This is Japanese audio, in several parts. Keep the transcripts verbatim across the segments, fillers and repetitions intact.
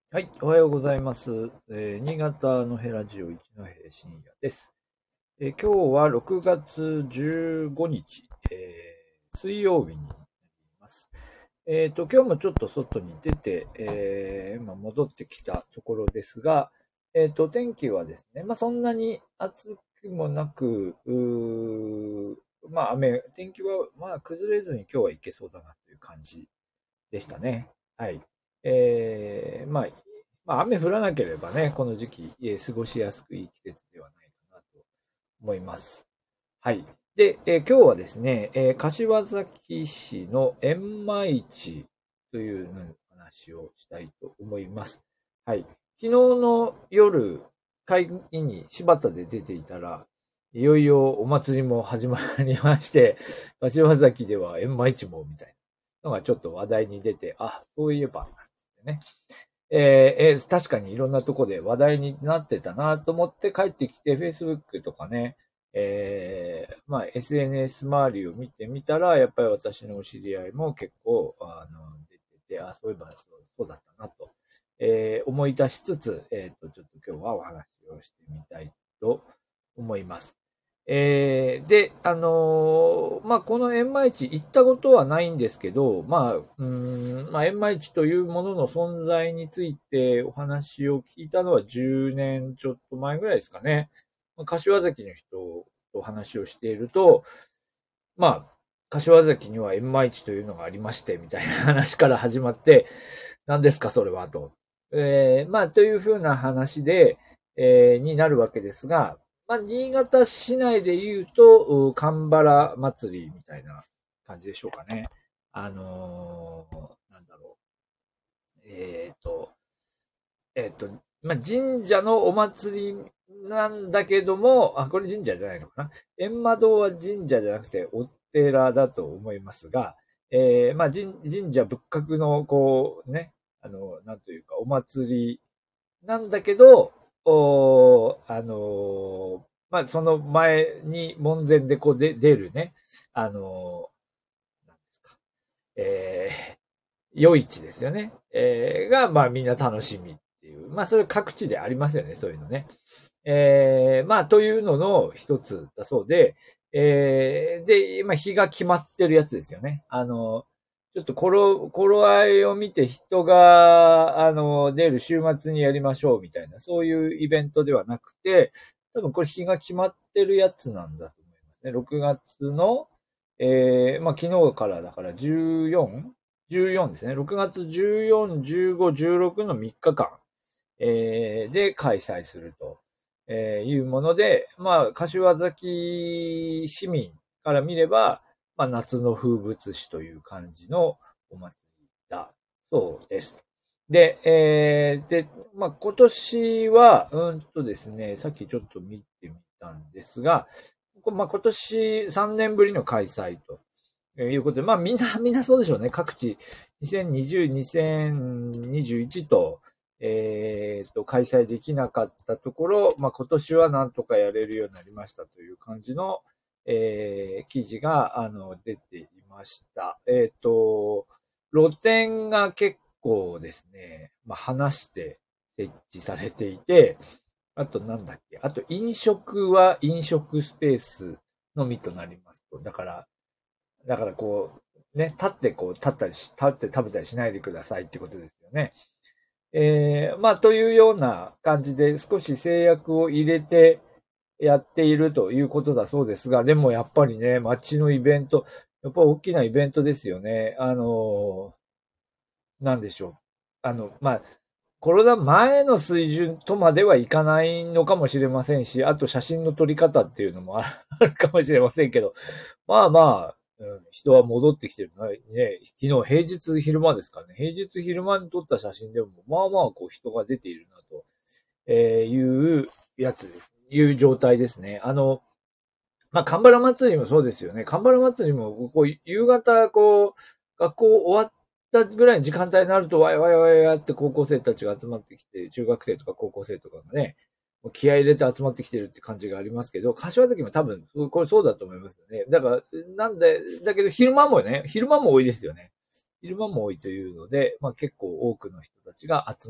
はい、おはようございます。えー新潟のヘラジオ一戸深夜です。えー今日はろくがつじゅうごにち、えー水曜日になります。えっと、今日もちょっと外に出て、えー今戻ってきたところですが、えっと、天気はですね、まあ、そんなに暑くもなく、うーまあ、雨、天気は、まあ、崩れずに今日はいけそうだなという感じでしたね。はい。えー、まあ、まあ、雨降らなければね、この時期、えー過ごしやすくいい季節ではないかなと思います。はい。で、えー今日はですね、えー柏崎市の円満市というの話をしたいと思います。はい。昨日の夜、会議に柴田で出ていたら、いよいよお祭りも始まりまして、柏崎では円満市もみたいなのがちょっと話題に出て、あ、そういえば、なんてね。えーえー確かにいろんなとこで話題になってたなと思って帰ってきて、Facebook とかね、えーまあ エスエヌエス 周りを見てみたら、やっぱり私のお知り合いも結構、あの、出てて、あ、そういえばそうそうだったなと、えー思い出しつつ、えっと、ちょっと今日はお話をしてみたいと思います。えー、で、あのーまあ、この円満市行ったことはないんですけど、まあ、うーん、まあ、円満市というものの存在についてお話を聞いたのはじゅうねんちょっと前ぐらいですかね。まあ柏崎の人と話をしていると、まあ、柏崎には円満市というのがありまして、みたいな話から始まって、何ですか、それは、と。えー、まあ、というふうな話で、えー、になるわけですが、まあ、新潟市内で言うと、神原祭りみたいな感じでしょうかね。あのー、なんだろう。えっと、えっと、まあ、神社のお祭りなんだけども、あ、これ神社じゃないのかな。閻魔堂は神社じゃなくてお寺だと思いますが、えー、まあ、神神社仏閣の、こう、ね、あの、なんというか、お祭りなんだけど、おあの、まあ、その前に門前でこうで出るね、あの、なんですか、えー、夜市ですよね。えー、が、まあみんな楽しみっていう。まあそれ各地でありますよね、そういうのね。えー、まあというのの一つだそうで、えー、で、今日が決まってるやつですよね。あの、ちょっと頃、頃合いを見て人が、あの、出る週末にやりましょうみたいな、そういうイベントではなくて、多分これ日が決まってるやつなんだと思いますね。ろくがつの、えー、まあ昨日からだからじゅうよん じゅうよんですね。ろくがつじゅうよん、じゅうご、じゅうろくのみっかかん、えーで開催すると、えーいうもので、まあ、柏崎市民から見れば、まあ、夏の風物詩という感じのお祭りだそうです。で、えーで、まあ、今年は、うんとですね、さっきちょっと見てみたんですが、まあ、今年さんねんぶりの開催とえーいうことで、まあみんな、みんなそうでしょうね。各地、にせんにじゅう、にせんにじゅういちと、えー、と、開催できなかったところ、まあ今年はなんとかやれるようになりましたという感じの、えー、記事が、あの、出ていました。えっ、と、露店が結構ですね、まあ話して設置されていて、あとなんだっけ、あと飲食は飲食スペースのみとなりますと。だから、だからこう、ね、立ってこう、立ったりし、立って食べたりしないでくださいってことですよね。えー、まあ、というような感じで少し制約を入れてやっているということだそうですが、でもやっぱりね、街のイベント、やっぱ大きなイベントですよね。あのー、なんでしょう。あの、まあ、コロナ前の水準とまではいかないのかもしれませんし、あと写真の撮り方っていうのもあるかもしれませんけど、まあまあ、うん、人は戻ってきてるな。ね、昨日平日昼間ですかね。平日昼間に撮った写真でも、まあまあこう人が出ているなと、えーいうやつです。いう状態ですね。あの、まあ、カンバラ祭りもそうですよね。カンバラ祭りも、こう、夕方、こう、学校終わったぐらいの時間帯になると、わいわいわいわいって高校生たちが集まってきて、中学生とか高校生とかがね、気合い入れて集まってきてるって感じがありますけど、柏崎も多分、これそうだと思いますよね。だから、なんで、だけど昼間もね、昼間も多いですよね。昼間も多いというので、まあ結構多くの人たちが集まっ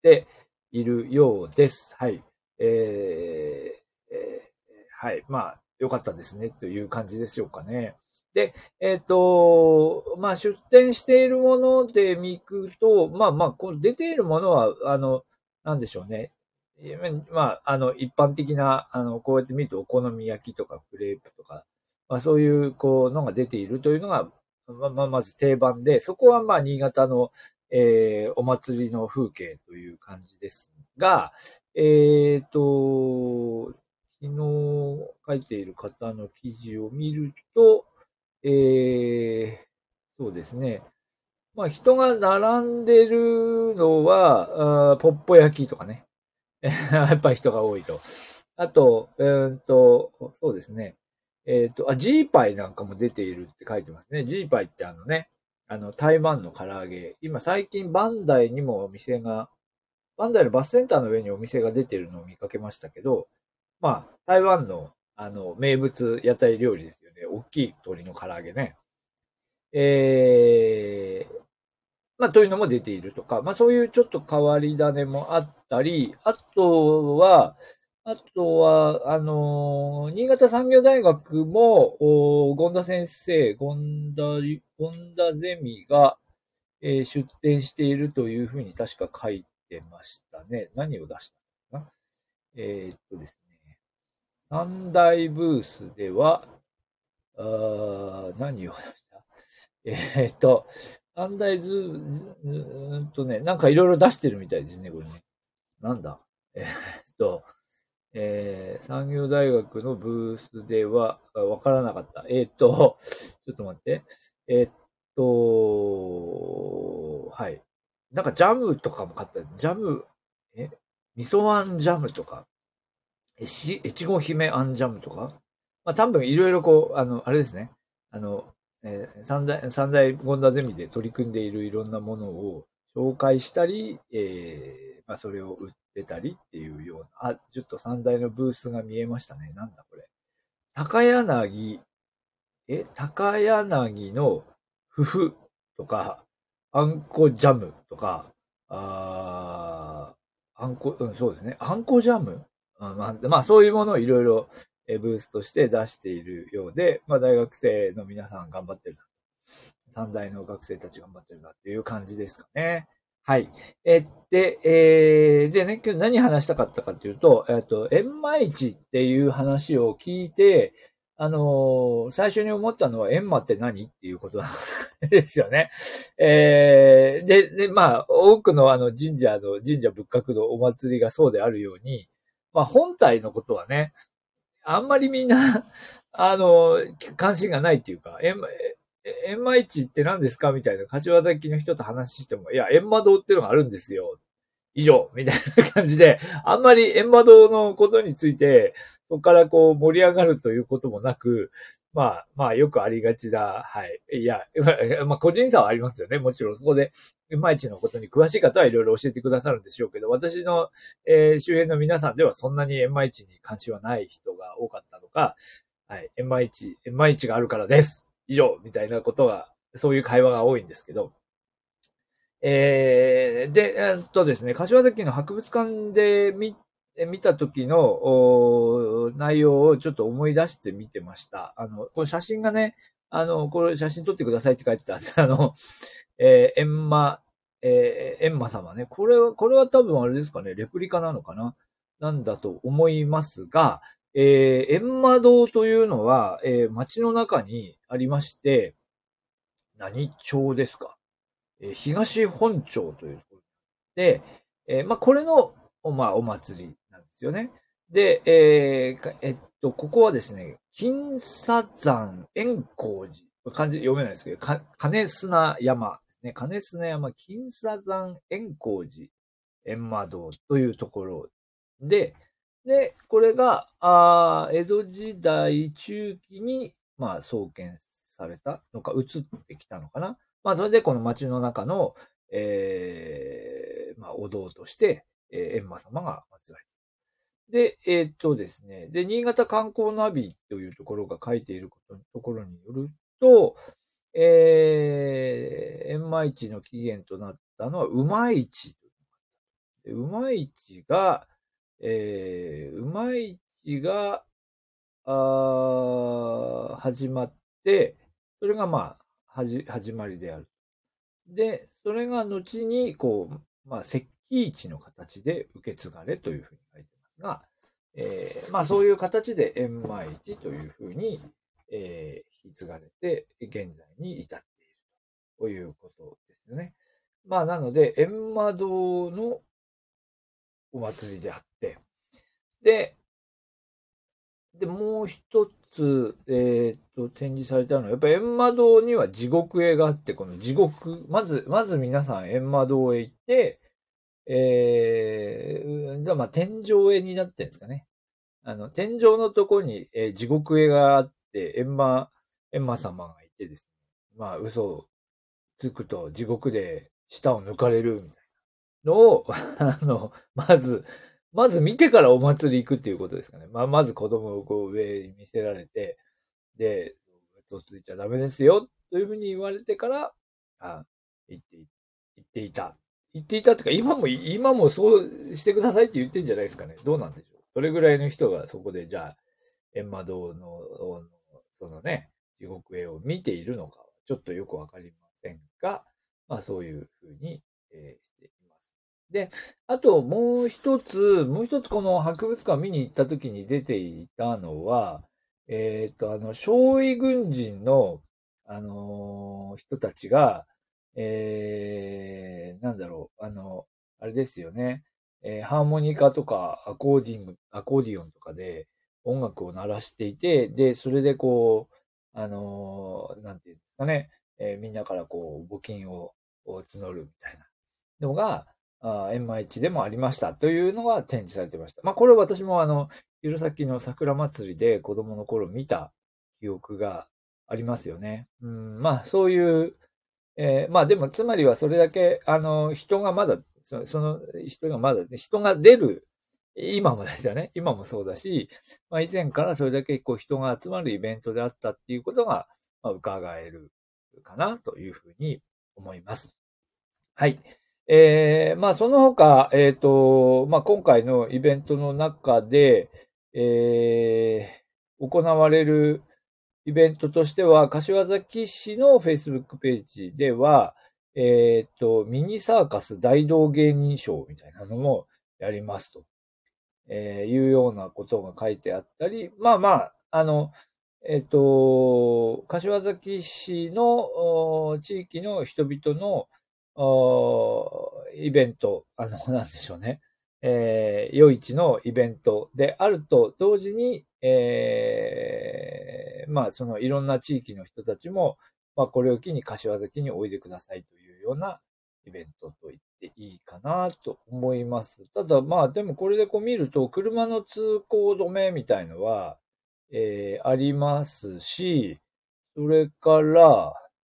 ているようです。はい。えーえー、はい。まあ、よかったですね、という感じでしょうかね。で、えっと、まあ、出展しているもので見くと、まあまあ、こう出ているものは、あの、なんでしょうね。まあ、あの、一般的な、あの、こうやって見ると、お好み焼きとかクレープとか、まあそういう、こう、のが出ているというのが、まあ、まあ、まず定番で、そこはまあ、新潟の、えー、お祭りの風景という感じですが、えっと、昨日書いている方の記事を見ると、えー、そうですね。まあ人が並んでるのは、あポッポ焼きとかね。やっぱり人が多いと。あと、えーっと、そうですね。えーっと、あ、ジーパイなんかも出ているって書いてますね。ジーパイってあのね、あの、台湾の唐揚げ。今最近バンダイにもお店が、バンダイのバスセンターの上にお店が出てるのを見かけましたけど、まあ、台湾の、あの、名物屋台料理ですよね。大きい鶏の唐揚げね。えー、まあ、というのも出ているとか、まあ、そういうちょっと変わり種もあったり、あとは、あとは、あのー新潟産業大学も、お権田先生、権田、権田ゼミが、えー出展しているというふうに確か書いてましたね。何を出したのかな。えーっとですね。三大ブースでは、あー何を出したえーっと、三大ズー、うーんとね、なんかいろいろ出してるみたいですね、これね。なんだえーっと、えー、産業大学のブースでは、わからなかった。えーっと、ちょっと待って。えーっと、はい。なんかジャムとかも買った。ジャム、え味噌あんジャムとか、えし、越後姫あんジャムとか。まあ多分いろいろこう、あの、あれですね。あの、えー三大、三大ゴンダゼミで取り組んでいるいろんなものを紹介したり、えー、まあそれを売ってたりっていうような、あ、ちょっと三大のブースが見えましたね。なんだこれ。高柳、え、高柳の夫婦とか、あんこジャムとか、あーあんこ、うん、そうですね。あんこジャムあまあ、まあ、そういうものをいろいろえブースとして出しているようで、まあ、大学生の皆さん頑張ってるな。三大の学生たち頑張ってるなっていう感じですかね。はい。え、で、えー、でね、今日何話したかったかっていうと、えっと、円満市っていう話を聞いて、あのー最初に思ったのは、閻魔って何っていうことなんですよね。えー、で、で、まあ、多くのあの神社の、神社仏閣のお祭りがそうであるように、まあ、本体のことはね、あんまりみんなあの、関心がないっていうか、閻魔、え閻魔市って何ですかみたいな、柏崎の人と話しても、いや、閻魔堂っていうのがあるんですよ。以上、みたいな感じで、あんまり閻魔堂のことについて、そこからこう盛り上がるということもなく、まあ、まあよくありがちだ。はい。いや、まあ個人差はありますよね。もちろんそこで、閻魔市のことに詳しい方はいろいろ教えてくださるんでしょうけど、私の、えー周辺の皆さんではそんなに閻魔市に関心はない人が多かったのか、はい。閻魔市、閻魔市があるからです。以上、みたいなことが、そういう会話が多いんですけど、えー、で、えーっとですね、柏崎の博物館で見、見た時のお内容をちょっと思い出して見てました。あの、この写真がね、あの、これ写真撮ってくださいって書いてた、あの、えー、エンマ、えー、エンマ様ね。これは、これは多分あれですかね、レプリカなのかななんだと思いますが、えー、エンマ堂というのは、えー、街の中にありまして、何町ですかえー東本町というところで、えーまあ、これの、まあ、お祭りなんですよね。で、えーえっと、ここはですね、金沙山円光寺。漢字読めないですけど、か金砂山ですね。金砂山金沙山円光寺閻魔堂というところで、で、これが、あ江戸時代中期に、まあ、創建されたのか、移ってきたのかな。まあ、それでこの街の中の、えー、まあ、お堂として、えー、閻魔様が祀られている。で、えーっとですね、で、新潟観光ナビというところが書いていることところによると、えー、閻魔市の起源となったのは、馬市で馬市が、えー、馬市が、あ始まって、それがまあ、はじ、始まりである。で、それが後に、こう、まあ、石器市の形で受け継がれというふうに書いてますが、えー、まあ、そういう形で閻魔市というふうに、えー、引き継がれて、現在に至っているということですよね。まあ、なので、閻魔堂のお祭りであって、で、で、もう一つ、えっと、展示されたのは、やっぱ閻魔堂には地獄絵があって、この地獄、まず、まず皆さん閻魔堂へ行って、えー、じゃあまあ天井絵になってるんですかね。あの、天井のとこに、えー地獄絵があって、閻魔、閻魔様がいてですね。まあ、嘘をつくと地獄で舌を抜かれるみたいなのを、あの、まず、まず見てからお祭り行くっていうことですかね。まあ、まず子供をこう上に見せられて、で、嘘ついちゃダメですよ、というふうに言われてから、あ、言って、言っていた。言っていたっていうか、今も、今もそうしてくださいって言ってんじゃないですかね。どうなんでしょう。どれぐらいの人がそこで、じゃあ、閻魔堂の、そのね、地獄絵を見ているのかは、ちょっとよくわかりませんが、まあそういうふうに、えーしています。で、あともう一つ、もう一つこの博物館見に行った時に出ていたのは、えっと、あの、少尉軍人の、あのー人たちが、えー、なんだろう、あの、あれですよね。えーハーモニカとかアコーディング、アコーディオンとかで音楽を鳴らしていて、で、それでこう、あのーなんていうんですかね、えーみんなからこう、募金をを募るみたいなのが、あー、閻魔市でもありましたというのが展示されてました。まあ、これ私もあの、弘前の桜祭りで子供の頃見た記憶がありますよね。うん、まあ、そういう、えーまあでも、つまりはそれだけ、あの、人がまだ、そその人がまだ、人が出る、今もですよね。今もそうだし、まあ以前からそれだけこう人が集まるイベントであったっていうことが、まあ、伺えるかなというふうに思います。はい。えー、まあその他、えっと、まあ今回のイベントの中で、えー、行われるイベントとしては、柏崎市の Facebook ページでは、えっと、ミニサーカス大道芸人賞みたいなのもやりますと、えーいうようなことが書いてあったり、まあまあ、あの、えっと、柏崎市のお地域の人々のおイベント、あの、なんでしょうね。えー、夜市のイベントであると同時に、えー、まあ、そのいろんな地域の人たちも、まあ、これを機に柏崎においでくださいというようなイベントと言っていいかなと思います。ただ、まあ、でもこれでこう見ると、車の通行止めみたいのは、えー、ありますし、それから、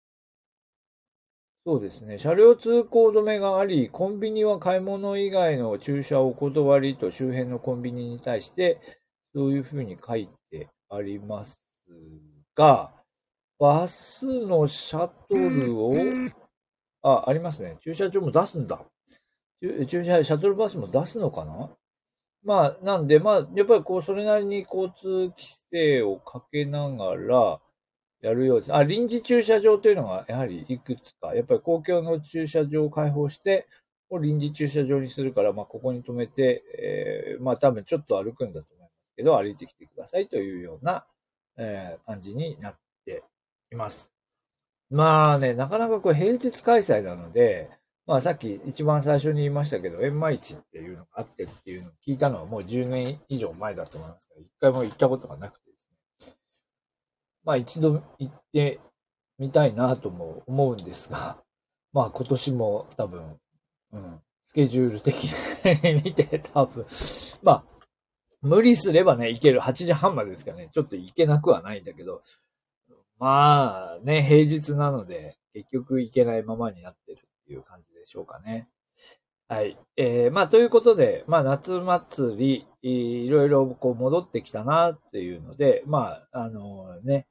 そうですね。車両通行止めがあり、コンビニは買い物以外の駐車をお断りと周辺のコンビニに対して、そういうふうに書いてありますが、バスのシャトルを、あ、ありますね。駐車場も出すんだ。駐駐車、シャトルバスも出すのかな。まあ、なんで、まあ、やっぱりこう、それなりに交通規制をかけながら、やるようです。あ、臨時駐車場というのがやはりいくつか、やっぱり公共の駐車場を開放して、臨時駐車場にするから、まあ、ここに止めて、えー、まあ、多分ちょっと歩くんだと思いますけど、歩いてきてくださいというような、えー、感じになっています。まあね、なかなかこれ平日開催なので、まあさっき一番最初に言いましたけど、閻魔市っていうのがあってっていうのを聞いたのはもうじゅうねん以上前だと思いますから、一回も行ったことがなくてですね。まあ一度行ってみたいなとも思うんですが、まあ今年も多分、うん、スケジュール的に見て多分、まあ無理すればね、行けるはちじはんまでですからね、ちょっと行けなくはないんだけど、まあね、平日なので、結局行けないままになってるっていう感じでしょうかね。はい。えー、まあ、ということで、まあ、夏祭り、いろいろこう戻ってきたなっていうので、まあ、あのね、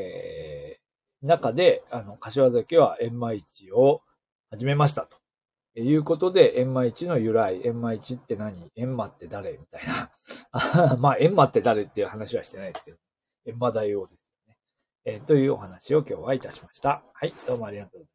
えー、中で、あの、柏崎は閻魔市を始めましたとえーいうことで、閻魔一の由来、閻魔一って何？閻魔って誰みたいな。まあ、閻魔って誰っていう話はしてないですけど、閻魔大王ですよね。えーというお話を今日はいたしました。はい、どうもありがとうございました。